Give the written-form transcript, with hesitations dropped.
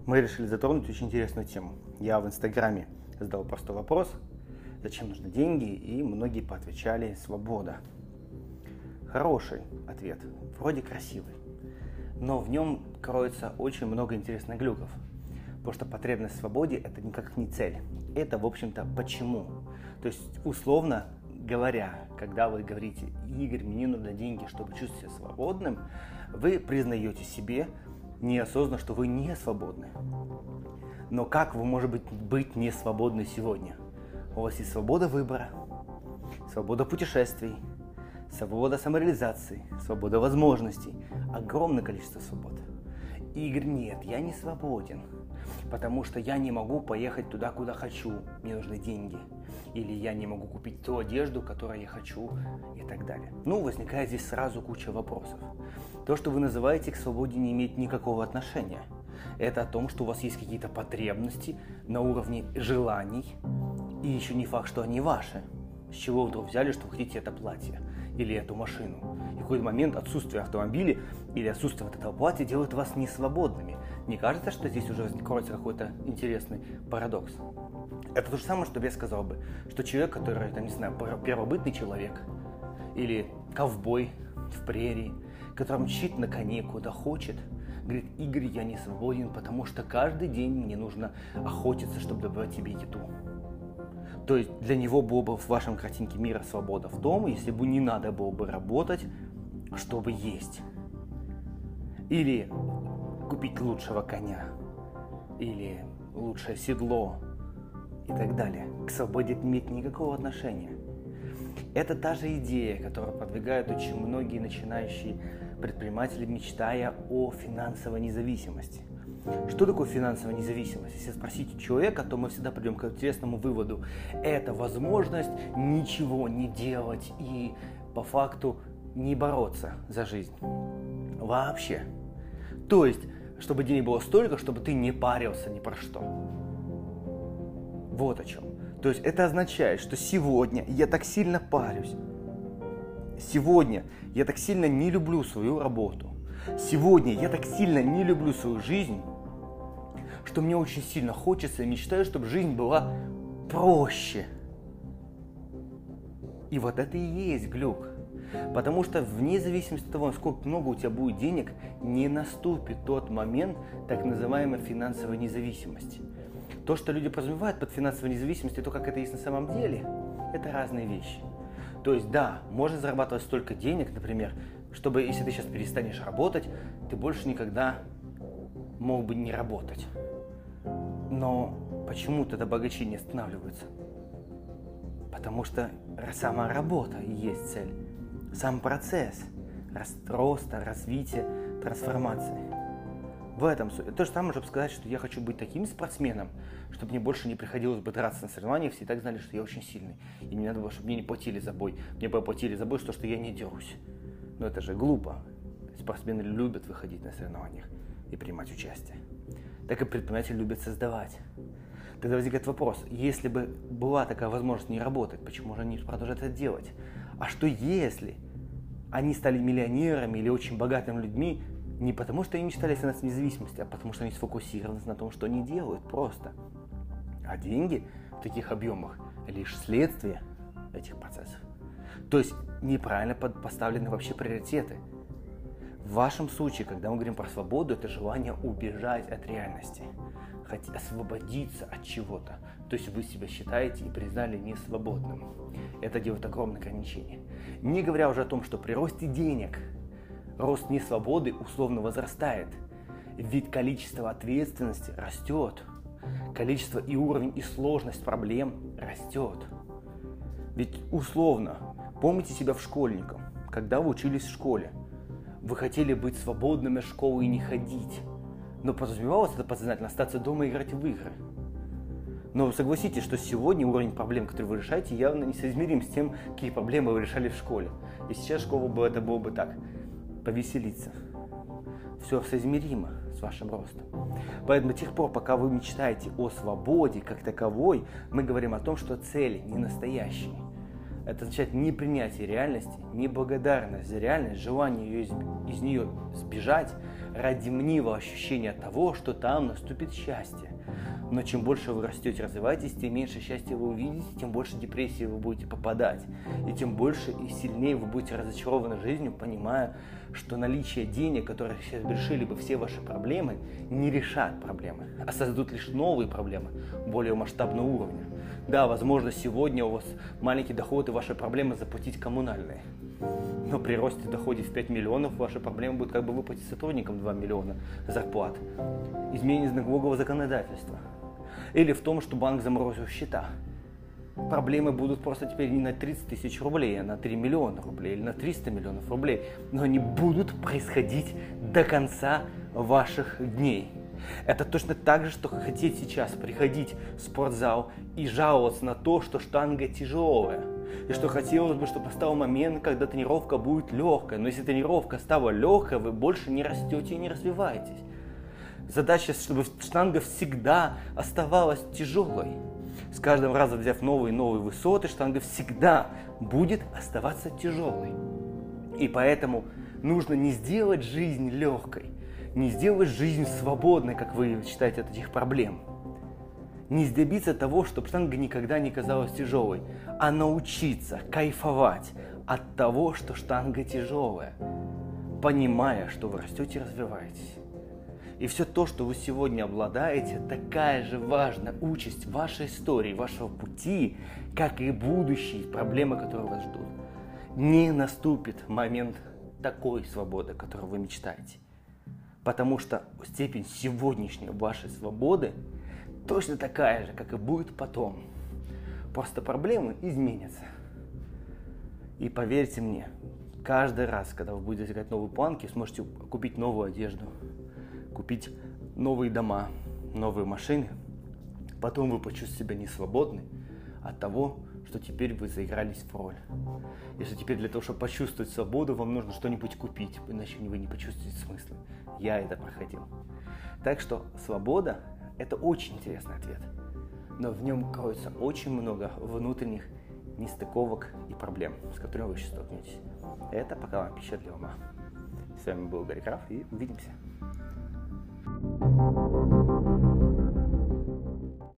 Мы решили затронуть очень интересную тему. Я в Инстаграме задал простой вопрос, зачем нужны деньги, и многие поотвечали «свобода». Хороший ответ, вроде красивый, но в нем кроется очень много интересных глюков. Потому что потребность в свободе – это никак не цель. Это, в общем-то, почему. То есть, условно говоря, когда вы говорите «Игорь, мне нужны деньги, чтобы чувствовать себя свободным», вы признаете себе неосознанно, что вы не свободны. Но как вы можете быть не свободны сегодня? У вас есть свобода выбора, свобода путешествий, свобода самореализации, свобода возможностей, огромное количество свобод. Игорь, нет, я не свободен, потому что я не могу поехать туда, куда хочу, мне нужны деньги. Или я не могу купить ту одежду, которую я хочу, и так далее. Возникает здесь сразу куча вопросов. То, что вы называете к свободе, не имеет никакого отношения. Это о том, что у вас есть какие-то потребности на уровне желаний, и еще не факт, что они ваши. С чего вы вдруг взяли, что вы хотите это платье или эту машину? И в какой-то момент отсутствие автомобиля или отсутствие вот этого платья делает вас несвободными. Не кажется, что здесь уже кроется какой-то интересный парадокс? Это то же самое, что я сказал бы, что человек, который, первобытный человек или ковбой в прерии, который мчит на коне куда хочет, говорит: Игорь, я не свободен, потому что каждый день мне нужно охотиться, чтобы добывать себе еду. То есть для него было бы в вашем картинке мира свобода в том, если бы не надо было бы работать, чтобы есть. Или купить лучшего коня, или лучшее седло и так далее. К свободе это не имеет никакого отношения. Это та же идея, которую продвигают очень многие начинающие предприниматели, мечтая о финансовой независимости. Что такое финансовая независимость? Если спросить у человека, то мы всегда придем к интересному выводу. Это возможность ничего не делать и по факту не бороться за жизнь. Вообще. То есть, чтобы денег было столько, чтобы ты не парился ни про что. Вот о чем. То есть это означает, что сегодня я так сильно парюсь. Сегодня я так сильно не люблю свою работу. Сегодня я так сильно не люблю свою жизнь, что мне очень сильно хочется и мечтаю, чтобы жизнь была проще. И вот это и есть глюк. Потому что вне зависимости от того, сколько много у тебя будет денег, не наступит тот момент так называемой финансовой независимости. То, что люди подразумевают под финансовой независимостью, то, как это есть на самом деле, это разные вещи. То есть, да, можно зарабатывать столько денег, например, чтобы, если ты сейчас перестанешь работать, ты больше никогда мог бы не работать. Но почему тогда богачи не останавливаются? Потому что сама работа и есть цель. Сам процесс роста, развития, трансформации. В этом суть. То же самое, чтобы сказать, что я хочу быть таким спортсменом, чтобы мне больше не приходилось бы драться на соревнованиях, все и так знали, что я очень сильный. И мне надо было, чтобы мне не платили за бой. Мне бы платили за бой, что я не дерусь. Но это же глупо. Спортсмены любят выходить на соревнованиях и принимать участие. Так и предприниматели любят создавать. Тогда возникает вопрос, если бы была такая возможность не работать, почему же они продолжают это делать? А что если они стали миллионерами или очень богатыми людьми не потому, что они мечтали о финансовой независимости, а потому, что они сфокусированы на том, что они делают просто. А деньги в таких объемах лишь следствие этих процессов. То есть неправильно поставлены вообще приоритеты. В вашем случае, когда мы говорим про свободу, это желание убежать от реальности, освободиться от чего-то. То есть вы себя считаете и признали несвободным. Это делает огромное ограничение. Не говоря уже о том, что при росте денег рост несвободы условно возрастает. Ведь количество ответственности растет. Количество и уровень, и сложность проблем растет. Ведь условно, помните себя в школьником, когда вы учились в школе. Вы хотели быть свободными от школы и не ходить. Но подразумевалось это подсознательно остаться дома и играть в игры. Но согласитесь, что сегодня уровень проблем, которые вы решаете, явно несоизмерим с тем, какие проблемы вы решали в школе. И сейчас школа бы это было бы так. Повеселиться. Все соизмеримо с вашим ростом. Поэтому до тех пор, пока вы мечтаете о свободе как таковой, мы говорим о том, что цели не настоящие. Это означает непринятие реальности, неблагодарность за реальность, желание из нее сбежать ради мнимого ощущения того, что там наступит счастье. Но чем больше вы растете, развиваетесь, тем меньше счастья вы увидите, тем больше депрессии вы будете попадать. И тем больше и сильнее вы будете разочарованы жизнью, понимая, что наличие денег, которые сейчас решили бы все ваши проблемы, не решат проблемы, а создадут лишь новые проблемы более масштабного уровня. Да, возможно, сегодня у вас маленький доход и ваша проблема заплатить коммунальные. Но при росте дохода в 5 миллионов ваша проблема будет как бы выплатить сотрудникам 2 миллиона зарплат. Изменение налогового законодательства. Или в том, что банк заморозил счета. Проблемы будут просто теперь не на 30 тысяч рублей, а на 3 миллиона рублей или на 300 миллионов рублей. Но они будут происходить до конца ваших дней. Это точно так же, что хотеть сейчас приходить в спортзал и жаловаться на то, что штанга тяжелая. И что хотелось бы, чтобы настал момент, когда тренировка будет легкой. Но если тренировка стала легкой, вы больше не растете и не развиваетесь. Задача, чтобы штанга всегда оставалась тяжелой. С каждым разом взяв новые и новые высоты, штанга всегда будет оставаться тяжелой. И поэтому нужно не сделать жизнь легкой, не сделать жизнь свободной, как вы считаете, от этих проблем. Не добиться того, чтобы штанга никогда не казалась тяжелой, а научиться кайфовать от того, что штанга тяжелая, понимая, что вы растете и развиваетесь. И все то, что вы сегодня обладаете, такая же важная участь вашей истории, вашего пути, как и будущие проблемы, которые вас ждут. Не наступит момент такой свободы, о которой вы мечтаете. Потому что степень сегодняшней вашей свободы точно такая же, как и будет потом. Просто проблемы изменятся. И поверьте мне, каждый раз, когда вы будете искать новые планки, сможете купить новую одежду, купить новые дома, новые машины. Потом вы почувствуете себя несвободны от того, что теперь вы заигрались в роль. И что теперь для того, чтобы почувствовать свободу, вам нужно что-нибудь купить, иначе вы не почувствуете смысла. Я это проходил. Так что свобода – это очень интересный ответ. Но в нем кроется очень много внутренних нестыковок и проблем, с которыми вы сейчас столкнетесь. Это пока вам пища для ума. С вами был Гарри Крафт, и увидимся.